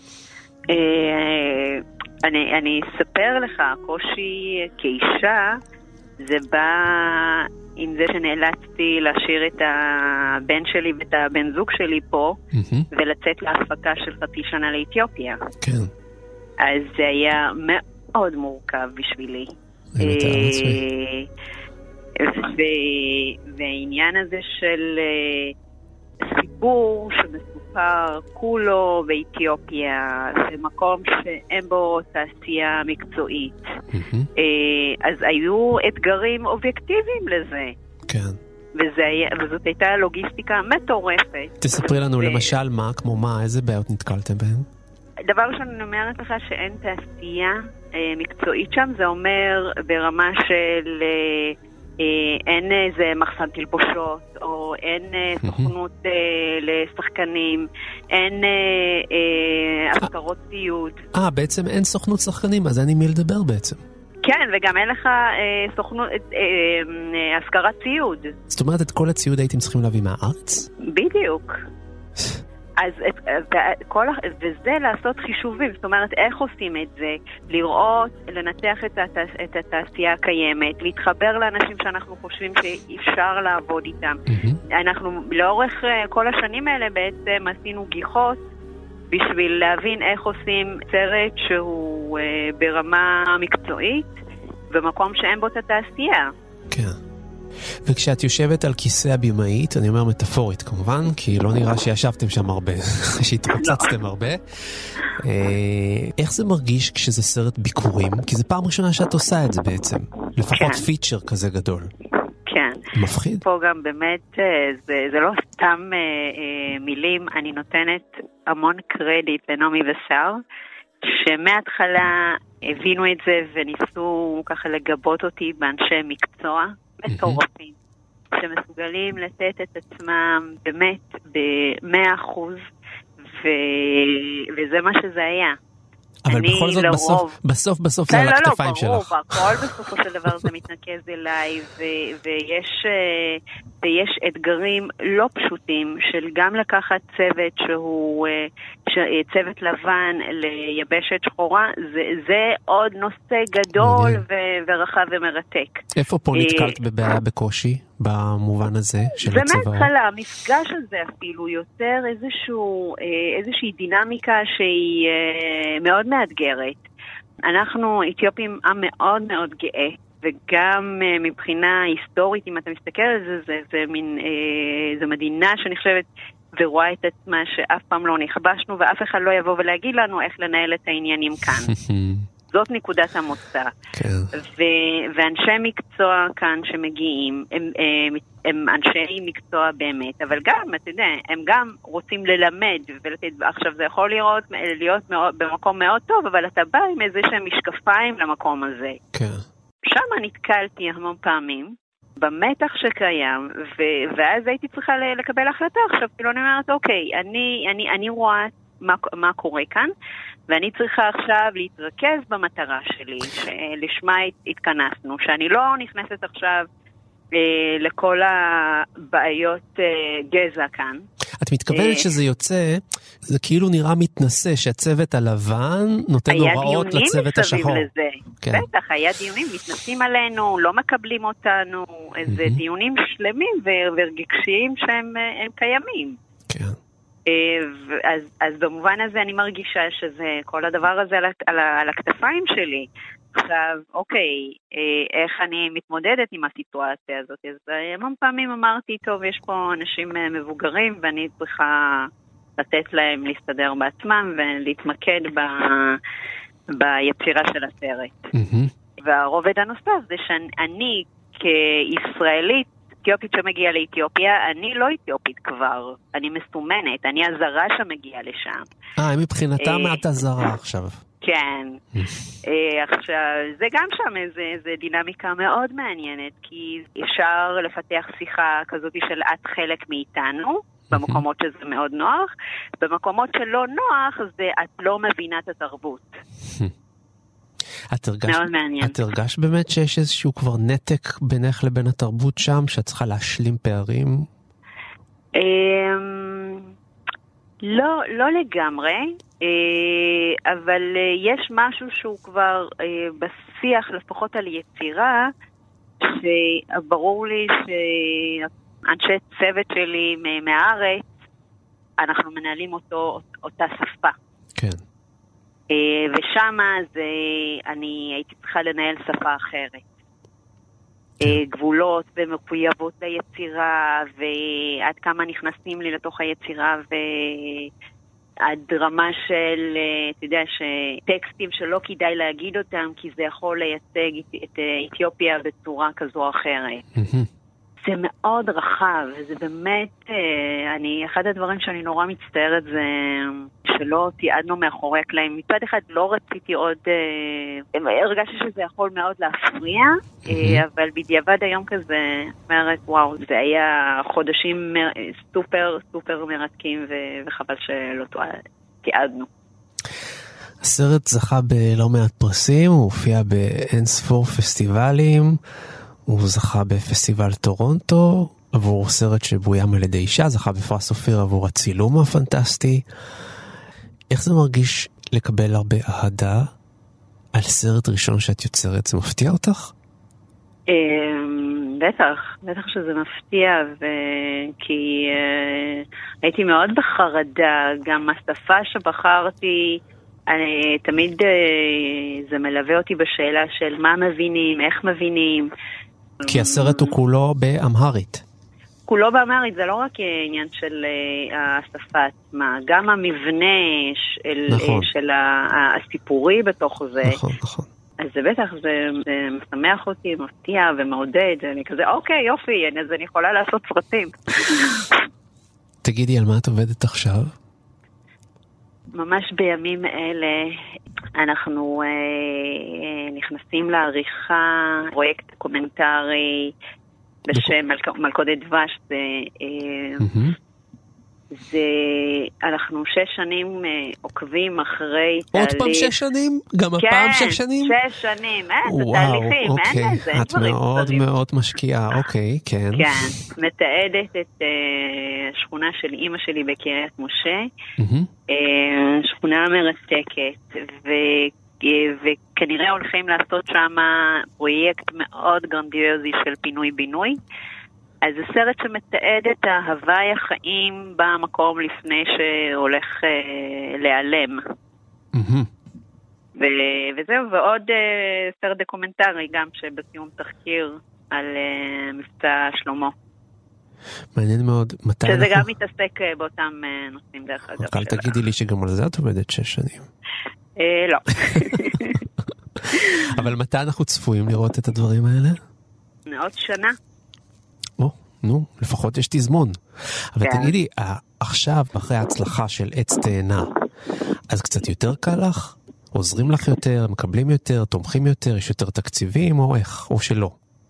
אני, אני אספר לך, הקושי כאישה זה בא עם זה שנאלצתי להשאיר את הבן שלי ואת הבן זוג שלי פה, mm-hmm. ולצאת להפקה של חצי שנה לאתיופיה. כן. אז זה היה מאוד מורכב בשבילי.
אני מתאר לעצמי.
והעניין הזה של סיפור שמסופר כולו באתיופיה, זה מקום שאין בו תעשייה מקצועית. Mm-hmm. אז היו אתגרים אובייקטיביים לזה.
כן.
וזה היה, וזאת הייתה לוגיסטיקה מטורפת.
תספרי לנו ו... למשל מה, כמו מה, איזה בעיות נתקלתם בהן?
דבר ראשון, אני אומרת לך שאין תעשייה אה, מקצועית שם, זה אומר ברמה של... אה, אין איזה מחסן תלבושות, או אין סוכנות לשחקנים, אין הפקרות ציוד.
אה, בעצם אין סוכנות שחקנים, אז אין עם מי לדבר בעצם.
כן, וגם אין לך סוכנות, הפקרת ציוד.
זאת אומרת, את כל הציוד הייתם צריכים להביא מהארץ?
בדיוק. אז את, כל, וזה לעשות חישובים, זאת אומרת, איך עושים את זה? לראות, לנתח את, הת, את התעשייה הקיימת, להתחבר לאנשים שאנחנו חושבים שאפשר לעבוד איתם. Mm-hmm. אנחנו לאורך כל השנים האלה בעצם עשינו גיחות בשביל להבין איך עושים סרט שהוא ברמה מקצועית, במקום שאין בו את התעשייה.
כן. וכשאת יושבת על כיסא הבימאית, אני אומר מטאפורית כמובן, כי לא נראה שישבתם שם הרבה, שהתרוצצתם הרבה. איך זה מרגיש כשזה סרט ביקורים? כי זה פעם ראשונה שאת עושה את זה בעצם. לפחות פיצ'ר כזה גדול.
כן.
מפחיד.
פה גם באמת, זה לא סתם מילים, אני נותנת המון קרדיט לנעמי ושר, שמההתחלה הבינו את זה וניסו ככה לגבות אותי באנשי מקצוע, מטורפים, שמסוגלים לתת את עצמם באמת ב-מאה אחוז, וזה מה שזה היה.
אבל בכל זאת בסוף, בסוף בסוף זה על הכתפיים שלך.
לא, לא, ברור, הכל בסופו של דבר זה מתנקז אליי, ויש אתגרים לא פשוטים של גם לקחת צוות שהוא צוות לבן ליבשת שחורה, זה עוד נושא גדול ורחב ומרתק.
איפה פה נתקלת בבעיה בקושי במובן הזה של הצבא?
זה מההתחלה, המפגש הזה אפילו יוצר איזושהי דינמיקה שהיא מאוד מאתגרת. אנחנו אתיופים עם מאוד מאוד גאה, וגם מבחינה היסטורית, אם אתה מסתכל על זה, זה, זה, מין, זה מדינה שאני חושבת ורואה את עצמה שאף פעם לא נכבשנו, ואף אחד לא יבוא ולהגיד לנו איך לנהל את העניינים כאן. זאת נקודת המוצא.
כן.
ו- ואנשי מקצוע כאן שמגיעים, הם, הם, הם אנשי מקצוע באמת, אבל גם, אתה יודע, הם גם רוצים ללמד, ולתת, עכשיו זה יכול להיות, להיות מאוד, במקום מאוד טוב, אבל אתה בא עם איזה שהם משקפיים למקום הזה.
כן.
שם נתקלתי המון פעמים, במתח שקיים, ו- ואז הייתי צריכה לקבל החלטה. עכשיו, כאילו אני אומרת, אוקיי, אני, אני, אני רואה מה, מה קורה כאן, ואני צריכה עכשיו להתרכז במטרה שלי, שלשמה התכנסנו, שאני לא נכנסת עכשיו אה, לכל הבעיות אה, גזע כאן.
את מתכוונת שזה יוצא, זה כאילו נראה מתנסה, שהצוות הלבן נותן הוראות לצוות השחור.
היה דיונים מסביב לזה. כן. בטח, היה דיונים, מתנסים עלינו, לא מקבלים אותנו, איזה mm-hmm. דיונים שלמים ורגשיים שהם קיימים.
כן.
אז, אז במובן הזה אני מרגישה שזה, כל הדבר הזה על, על, על הכתפיים שלי. עכשיו, אוקיי, איך אני מתמודדת עם הסיטואציה הזאת? אז המון פעמים אמרתי, טוב, יש פה אנשים מבוגרים ואני צריכה לתת להם להסתדר בעצמם ולהתמקד ב, ביצירה של הסרט. Mm-hmm. והרובד הנוסף זה שאני כישראלית, אתיופית שמגיעה לאתיופיה, אני לא אתיופית כבר, אני מסומנת, אני הזרה שמגיעה לשם.
אה, מבחינתם את הזרה עכשיו.
כן. עכשיו, זה גם שם איזה דינמיקה מאוד מעניינת, כי אפשר לפתח שיחה כזאת של את חלק מאיתנו, במקומות שזה מאוד נוח. במקומות שלא נוח, זה את לא מבינה את התרבות.
את הרגש, את הרגש באמת שיש איזשהו כבר נתק בינך לבין התרבות שם, שאת צריכה להשלים פערים?
לא, לא לגמרי, אבל יש משהו שהוא כבר בשיח, לפחות על יצירה, שברור לי שאנשי צוות שלי מהארץ, אנחנו מנהלים אותו, אותה שפה.
כן.
ושם אז אני הייתי צריכה לנהל שפה אחרת. גבולות ומחויבות ליצירה, ועד כמה נכנסים לי לתוך היצירה, והדרמה של, אתה יודע, טקסטים שלא כדאי להגיד אותם, כי זה יכול לייצג את אתיופיה בצורה כזו או אחרת. זה מאוד רחב, וזה באמת, אני, אחד הדברים שאני נורא מצטערת זה שלא תיעדנו מאחורי הקלעים. מצד אחד לא רציתי עוד, הרגשתי שזה יכול מאוד להפריע, אבל בדיעבד היום כזה, אומרת, וואו, זה היה חודשים סופר סופר מרתקים, וחבל שלא תיעדנו.
הסרט זכה בלא מעט פרסים, הוא הופיע באין ספור פסטיבלים, הוא זכה בפסטיבל טורונטו עבור סרט שבוים על ידי אישה, זכה בפרס אופיר עבור הצילום הפנטסטי. איך זה מרגיש לקבל הרבה אהדה על סרט ראשון שאת יוצרת? זה מפתיע אותך?
בטח, בטח שזה מפתיע, כי הייתי מאוד בחרדה, גם השפה שבחרתי, אני, תמיד זה מלווה אותי בשאלה של מה מבינים, איך מבינים.
כי הסרט הוא כולו באמהרית.
כולו באמהרית, זה לא רק עניין של השפה עצמה, גם המבנה של, נכון. של הסיפורי בתוך זה.
נכון, נכון.
אז זה בטח, זה, זה משמח אותי, מפתיע ומעודד, אני כזה, אוקיי, יופי, אז אני יכולה לעשות סרטים.
תגידי, על מה את עובדת עכשיו?
ממש בימים אלה אנחנו אה, נכנסים לעריכה, פרויקט קומנטרי בשם מלכ... מלכודת דבש. זה, אה, mm-hmm. זה, אנחנו שש שנים אה, עוקבים אחרי
עוד תהליך. עוד פעם שש שנים? גם כן, הפעם שש שנים?
שש שנים, אין, זה תהליכים,
אוקיי.
אין לזה.
את מאוד דברים. מאוד משקיעה, אוקיי, כן.
כן, מתעדת את אה, השכונה של אמא שלי בקריית משה, mm-hmm. אה, שכונה מרתקת, ו... וכנראה הולכים לעשות שם פרויקט מאוד גרנדיוזי של פינוי-בינוי. אז זה סרט שמתעד את ההוואי החיים במקום לפני שהולך אה, להיעלם. Mm-hmm. ו- וזהו, ועוד אה, סרט דוקומנטרי גם שבסיום תחקיר על אה, מבצע שלמה.
מעניין מאוד. מתי
שזה
אנחנו...
גם מתעסק אה, באותם אה, נושאים דרך אגב.
אל תגידי לי שגם על זה את עובדת שש שנים.
אה, לא.
אבל מתי אנחנו צפויים לראות את הדברים האלה?
עוד שנה.
או, נו, לפחות יש תזמון. אבל תגידי, עכשיו, אחרי ההצלחה של עץ תאנה, אז קצת יותר קל לך? עוזרים לך יותר, מקבלים יותר, תומכים יותר, יש יותר תקציבים, או איך? או שלא?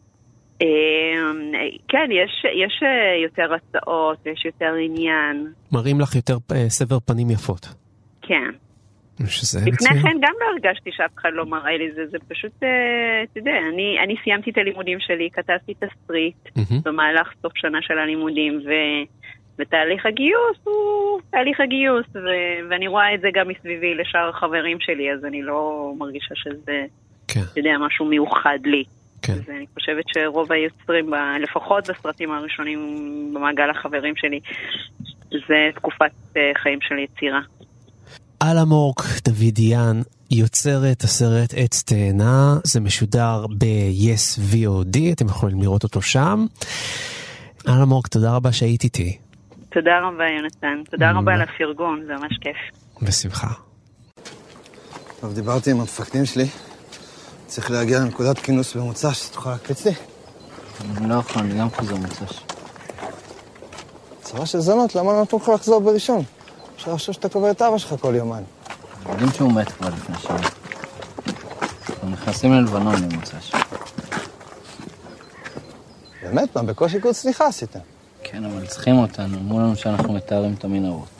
כן, יש, יש יותר הצעות, יש יותר עניין.
מראים לך יותר סבר פנים יפות.
כן.
שזה
לפני כן גם לא הרגשתי שאף אחד לא מראה לי זה, זה פשוט, אתה יודע, אני, אני סיימתי את הלימודים שלי, כתבתי תסריט mm-hmm. במהלך סוף שנה של הלימודים, ו, ותהליך הגיוס הוא תהליך הגיוס, ו, ואני רואה את זה גם מסביבי לשאר החברים שלי, אז אני לא מרגישה שזה, כן. אתה יודע, משהו מיוחד לי. כן. אז אני חושבת שרוב היוצרים, לפחות בסרטים הראשונים במעגל החברים שלי, זה תקופת חיים של יצירה.
אלה מורק דוידיאן יוצרת הסרט עץ תאנה, זה משודר ב-Yes וי או די, אתם יכולים לראות אותו שם. אלה מורק, תודה רבה שהיית איתי.
תודה רבה יונתן, תודה רבה על הפרגון, זה ממש כיף.
בשמחה.
טוב, דיברתי עם המפקדים שלי, צריך להגיע לנקודת כינוס במוצ"ש, שתוכל להקפיץ לי?
אני לא יכול, אני גם חוזר מוצ"ש.
צרה של זונות, למה לא נתנו לך לחזור בראשון? אפשר לחשוב שאתה קובע את אבא שלך כל יומיים.
יודעים שהוא מת כבר לפני שעה. אנחנו נכנסים ללבנון למוצ"ש.
באמת? מה, בקושי קוד סליחה עשיתם?
כן, אבל צריכים אותנו, אמרו לנו שאנחנו מתארים את המנהרות.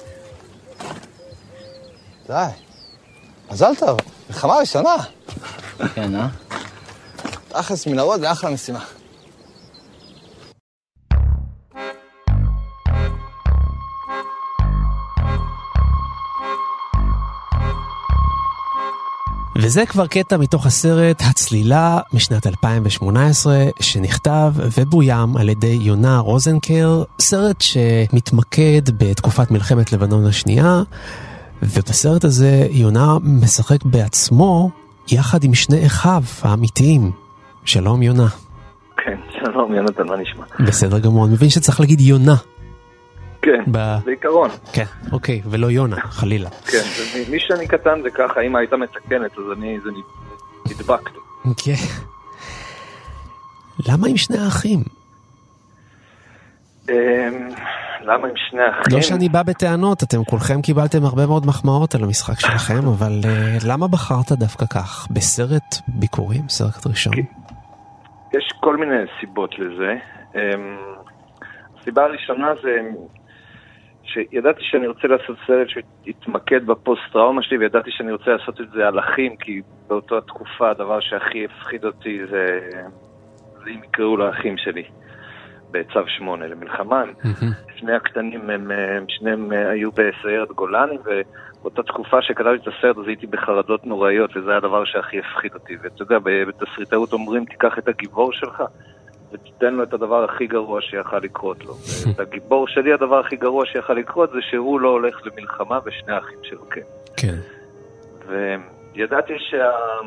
די, מזל טוב, מלחמה ראשונה.
כן, אה?
תכלס מנהרות זה אחלה משימה.
וזה כבר קטע מתוך הסרט הצלילה משנת אלפיים ושמונה עשרה שנכתב ובוים על ידי יונה רוזנקר, סרט שמתמקד בתקופת מלחמת לבנון השנייה, ובסרט הזה יונה משחק בעצמו יחד עם שני אחיו האמיתיים. שלום יונה.
כן, שלום יונתן, מה נשמע?
בסדר גמור, אני מבין שצריך להגיד יונה.
כן,
ב...
בעיקרון.
כן, אוקיי, ולא יונה, חלילה.
כן, מי שאני קטן זה ככה, אם היית מתקנת, אז אני, זה נדבקתי.
כן. למה עם שני האחים?
למה עם שני האחים?
לא שאני בא בטענות, אתם כולכם קיבלתם הרבה מאוד מחמאות על המשחק שלכם, אבל למה בחרת דווקא כך? בסרט ביקורים, סרט ראשון?
יש כל מיני סיבות לזה. הסיבה הראשונה זה שידעתי שאני רוצה לעשות סרט שהתמקד בפוסט-טראומה שלי, וידעתי שאני רוצה לעשות את זה על אחים, כי באותה תקופה הדבר שהכי הפחיד אותי זה, זה אם יקראו לאחים שלי בצו שמונה למלחמה. שני הקטנים הם, הם שניהם היו בסיירת גולני, ובאותה תקופה שכתבתי את הסרט אז הייתי בחרדות נוראיות, וזה הדבר שהכי הפחיד אותי. ואתה יודע, בתסריטאות אומרים, תיקח את הגיבור שלך ותיתן לו את הדבר הכי גרוע שיכל לקרות לו. את הגיבור שלי, הדבר הכי גרוע שיכל לקרות זה שהוא לא הולך למלחמה ושני האחים שלו, כן.
כן.
וידעתי שה...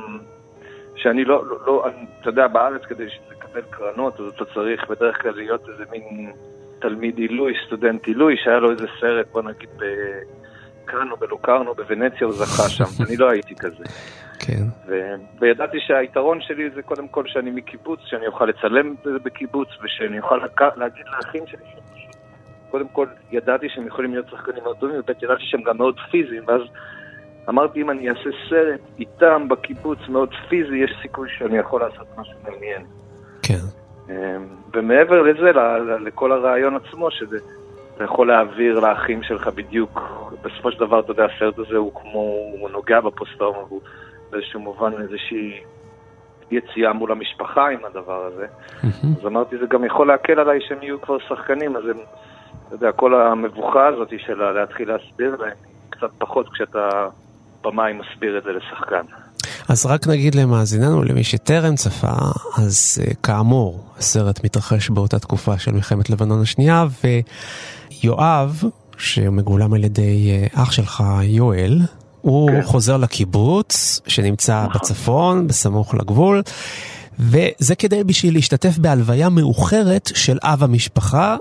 שאני לא, לא, לא, אתה יודע, בארץ כדי לקבל קרנות, אז אתה צריך בדרך כלל להיות איזה מין תלמיד עילוי, סטודנט עילוי, שהיה לו איזה סרט, בוא נגיד, בקרנו, בלוקרנו, בוונציה, הוא זכה שם. אני לא הייתי כזה.
כן.
ו... וידעתי שהיתרון שלי זה קודם כל שאני מקיבוץ, שאני אוכל לצלם בקיבוץ, ושאני אוכל להגיד לאחים שלי, קודם כל ידעתי שהם יכולים להיות שחקנים מאוד טובים, ובית ידעתי שהם גם מאוד פיזיים, ואז אמרתי, אם אני אעשה סרט איתם בקיבוץ מאוד פיזי, יש סיכוי שאני יכול לעשות משהו מעניין.
כן.
ומעבר לזה, לכל הרעיון עצמו, שזה אתה יכול להעביר לאחים שלך בדיוק, בסופו של דבר, אתה יודע, הסרט הזה הוא כמו, הוא נוגע בפוסט-טראומה, והוא באיזשהו מובן איזושהי יציאה מול המשפחה עם הדבר הזה. אז אמרתי, זה גם יכול להקל עליי שהם יהיו כבר שחקנים, אז הם, אתה יודע, כל המבוכה הזאת של להתחיל להסביר להם, קצת פחות כשאתה במים מסביר את זה לשחקן.
אז רק נגיד למאזיננו, למי שטרם צפה, אז כאמור, הסרט מתרחש באותה תקופה של מלחמת לבנון השנייה, ויואב, שמגולם על ידי אח שלך יואל, הוא כן. חוזר לקיבוץ, שנמצא בצפון, בסמוך לגבול, וזה כדי בשביל להשתתף בהלוויה מאוחרת של אב המשפחה,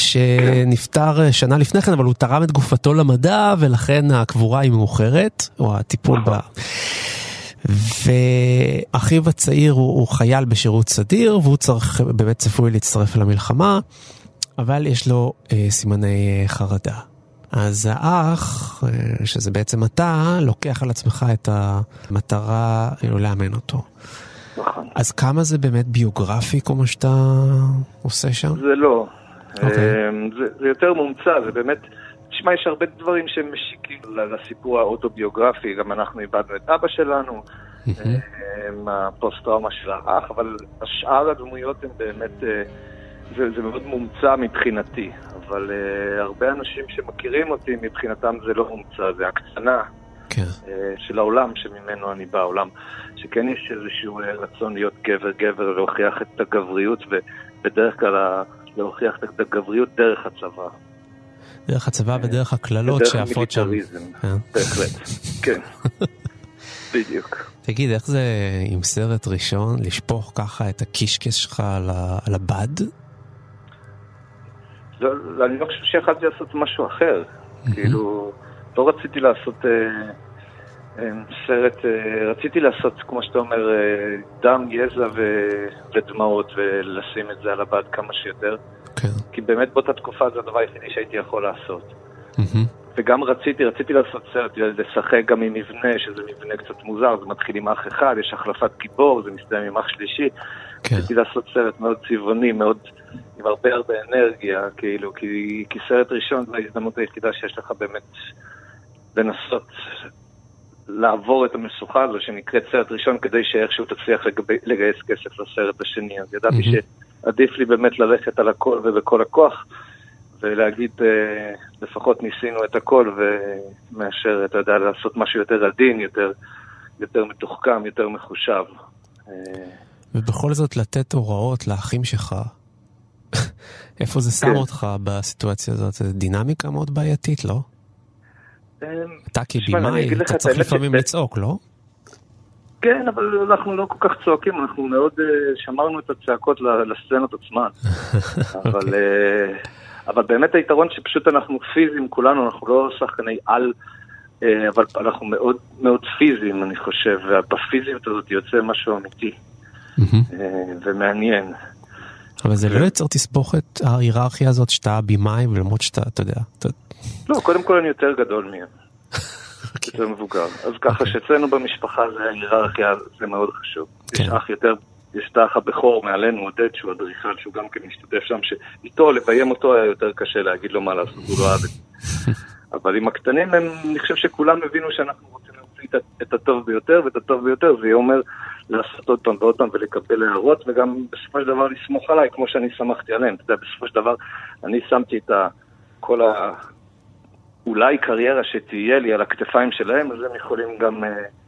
שנפטר שנה לפני כן, אבל הוא תרם את גופתו למדע, ולכן הקבורה היא מאוחרת, או הטיפול בה. ואחיו הצעיר הוא, הוא חייל בשירות סדיר, והוא צריך באמת צפוי להצטרף למלחמה, אבל יש לו אה, סימני אה, חרדה. אז האח, אה, שזה בעצם אתה, לוקח על עצמך את המטרה אה, לאמן אותו.
נכון.
אז כמה זה באמת ביוגרפי כמו שאתה עושה שם?
זה לא.
Okay.
זה, זה יותר מומצא, זה באמת, תשמע, יש הרבה דברים שהם משיקים לסיפור האוטוביוגרפי, גם אנחנו איבדנו את אבא שלנו, הפוסט-טראומה של האח, אבל השאר הדמויות הן באמת, זה, זה מאוד מומצא מבחינתי, אבל הרבה אנשים שמכירים אותי, מבחינתם זה לא מומצא, זה הקצנה
okay.
של העולם שממנו אני בא, העולם, שכן יש איזשהו רצון להיות גבר-גבר, להוכיח את הגבריות, ובדרך כלל להוכיח את הגבריות דרך הצבא.
דרך הצבא ודרך הכללות שעפות שם.
דרך המיליטריזם, בהחלט. כן, בדיוק.
תגיד, איך זה עם סרט ראשון לשפוך ככה את הקישקס שלך על הבד?
אני לא חושב שיכולתי לעשות משהו אחר. כאילו, לא רציתי לעשות סרט, רציתי לעשות, כמו שאתה אומר, דם, יזע ודמעות, ולשים את זה על הבד כמה שיותר. כי באמת באותה תקופה זה הדבר היחידי שהייתי יכול לעשות. וגם רציתי, רציתי לעשות סרט, לשחק גם עם מבנה, שזה מבנה קצת מוזר, זה מתחיל עם אח אחד, יש החלפת גיבור, זה מסתיים עם אח שלישי. כן. רציתי לעשות סרט מאוד צבעוני, מאוד, עם הרבה הרבה אנרגיה, כאילו, כי, כי סרט ראשון זה ההזדמנות היחידה שיש לך באמת לנסות לעבור את המשוכה הזו, שנקראת סרט ראשון, כדי שאיכשהו תצליח לגבי, לגייס כסף לסרט השני. אז ידעתי mm-hmm. שעדיף לי באמת ללכת על הכל ובכל הכוח, ולהגיד, לפחות ניסינו את הכל, ומאשר, אתה יודע, לעשות משהו יותר עדין, יותר, יותר מתוחכם, יותר מחושב.
ובכל זאת לתת הוראות לאחים שלך, איפה זה שם אותך בסיטואציה הזאת? זה דינמיקה מאוד בעייתית, לא? אתה כבימאי, אתה צריך לפעמים לצעוק, לא?
כן, אבל אנחנו לא כל כך צועקים, אנחנו מאוד שמרנו את הצעקות לסצנות עצמן. אבל... אבל באמת היתרון שפשוט אנחנו פיזיים כולנו, אנחנו לא שחקני על, אבל אנחנו מאוד מאוד פיזיים, אני חושב, ובפיזיות הזאת יוצא משהו אמיתי ומעניין.
אבל זה לא יצר תסבוכת ההיררכיה הזאת שאתה בימאי, ולמרות שאתה, אתה יודע...
לא, קודם כל אני יותר גדול מהם. יותר מבוגר. אז ככה שאצלנו במשפחה זה ההיררכיה, זה מאוד חשוב. יש אח יותר... יש את האח הבכור מעלינו, עודד, שהוא אדריכל, שהוא גם כן משתתף שם, שאיתו, לביים אותו היה יותר קשה להגיד לו מה לעשות, הוא לא אוהב את זה. אבל עם הקטנים, אני חושב שכולם הבינו שאנחנו רוצים להוציא את הטוב ביותר, ואת הטוב ביותר זה אומר לעשות עוד פעם ועוד פעם ולקבל הערות, וגם בסופו של דבר לסמוך עליי, כמו שאני שמחתי עליהם. אתה יודע, בסופו של דבר, אני שמתי את כל ה... אולי קריירה שתהיה לי על הכתפיים שלהם, אז הם יכולים גם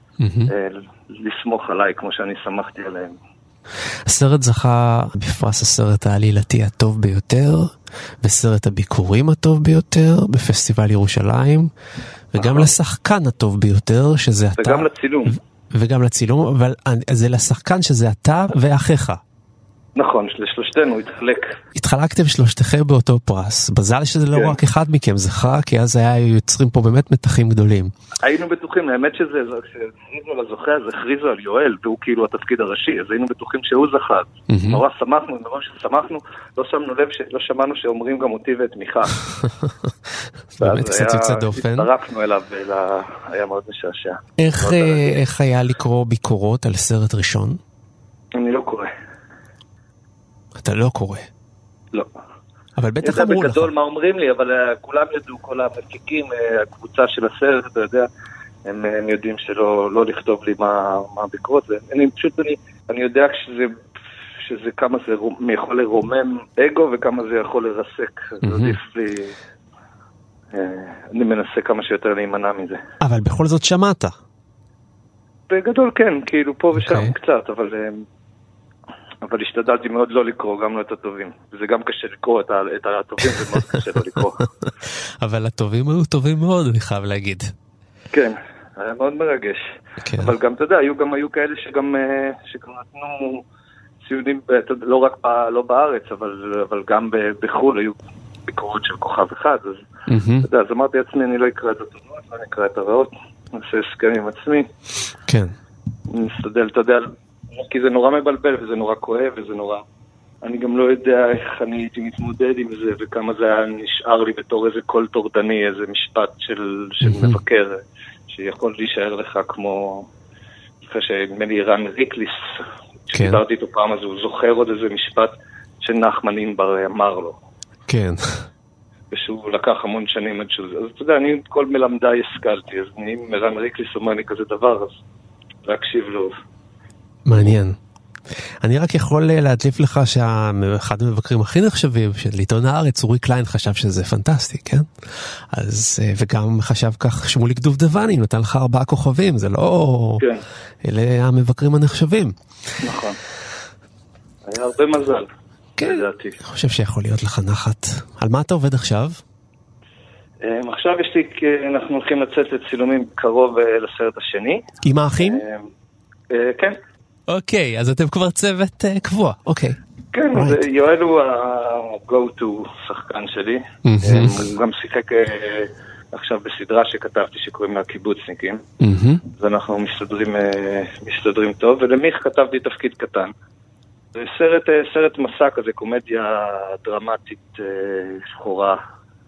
לסמוך עליי, כמו שאני שמחתי עליהם.
הסרט זכה בפרס הסרט העלילתי הטוב ביותר, בסרט הביקורים הטוב ביותר, בפסטיבל ירושלים, וגם לשחקן הטוב ביותר, שזה אתה.
וגם לצילום.
וגם לצילום, אבל זה לשחקן שזה אתה ואחיך.
נכון, לשלושתנו התחלק.
התחלקתם שלושתכם באותו פרס. בזל שזה לא רק אחד מכם זכה, כי אז היה יוצרים פה באמת מתחים גדולים.
היינו בטוחים, האמת שזה, כשהכריזו על הזוכה, אז הכריזו על יואל, והוא כאילו התפקיד הראשי, אז היינו בטוחים שהוא זכה. נורא שמחנו, נורא ששמחנו, לא שמנו לב, לא שמענו שאומרים גם אותי ואת מיכה.
באמת קצת יוצא דופן.
הצטרפנו אליו, היה מאוד משעשע.
איך היה לקרוא ביקורות על סרט ראשון?
אני לא קורא.
אתה לא קורא.
לא.
אבל בטח אמרו לך.
בגדול מה אומרים לי, אבל כולם ידעו, כל המפיקים, הקבוצה של הסרט, אתה יודע, הם, הם יודעים שלא לא לכתוב לי מה, מה הביקורות זה. אני פשוט, אני, אני יודע שזה, שזה כמה זה יכול לרומם אגו, וכמה זה יכול לרסק. Mm-hmm. עדיף לי, אני מנסה כמה שיותר להימנע מזה.
אבל בכל זאת שמעת.
בגדול כן, כאילו פה ושם okay. קצת, אבל... אבל השתדלתי מאוד לא לקרוא, גם לא את הטובים. וזה גם קשה לקרוא את, ה, את הטובים, זה מאוד קשה לא לקרוא.
אבל הטובים היו טובים מאוד, אני חייב להגיד.
כן, היה מאוד מרגש. כן. אבל גם, אתה יודע, היו גם היו כאלה שגם, שגם נתנו ציונים, לא רק ב, לא בארץ, אבל, אבל גם בחו"ל היו ביקורות של כוכב אחד. אז, mm-hmm. אתה יודע, אז אמרתי לעצמי, אני לא אקרא את הטובות, לא אקרא את הרעות, נעשה הסכם עם עצמי.
כן.
נסתדל, אתה יודע, כי זה נורא מבלבל וזה נורא כואב וזה נורא... אני גם לא יודע איך אני הייתי מתמודד עם זה וכמה זה היה נשאר לי בתור איזה קול טורדני, איזה משפט של, של מבקר שיכול להישאר לך כמו... אחרי שמלי רן ריקליס, שדיברתי איתו פעם הזה, הוא זוכר עוד איזה משפט שנחמן אינבר אמר לו.
כן.
ושהוא לקח המון שנים עד שזה... אז אתה יודע, אני כל מלמדיי השכלתי, אז אם רן ריקליס אומר לי כזה דבר, אז להקשיב לו.
מעניין. אני רק יכול להדליף לך שאחד המבקרים הכי נחשבים של עיתון הארץ, אורי קליין, חשב שזה פנטסטי, כן? אז, וגם חשב כך שמוליק דובדבני, נותן לך ארבעה כוכבים, זה לא...
כן.
אלה המבקרים הנחשבים.
נכון. היה הרבה מזל.
כן. לדעתי. אני חושב שיכול להיות לך נחת. על מה אתה עובד עכשיו?
עכשיו יש לי, אנחנו הולכים לצאת לצילומים קרוב לסרט השני.
עם האחים?
כן.
אוקיי, אז אתם כבר צוות uh, קבוע, אוקיי.
כן, right. יואל הוא ה-go-to שחקן שלי. Mm-hmm. הוא גם שיחק uh, עכשיו בסדרה שכתבתי שקוראים לה קיבוצניקים. Mm-hmm. ואנחנו מסתדרים, uh, מסתדרים טוב, ולמיך כתבתי תפקיד קטן. זה סרט, uh, סרט מסע כזה, קומדיה דרמטית uh, שחורה,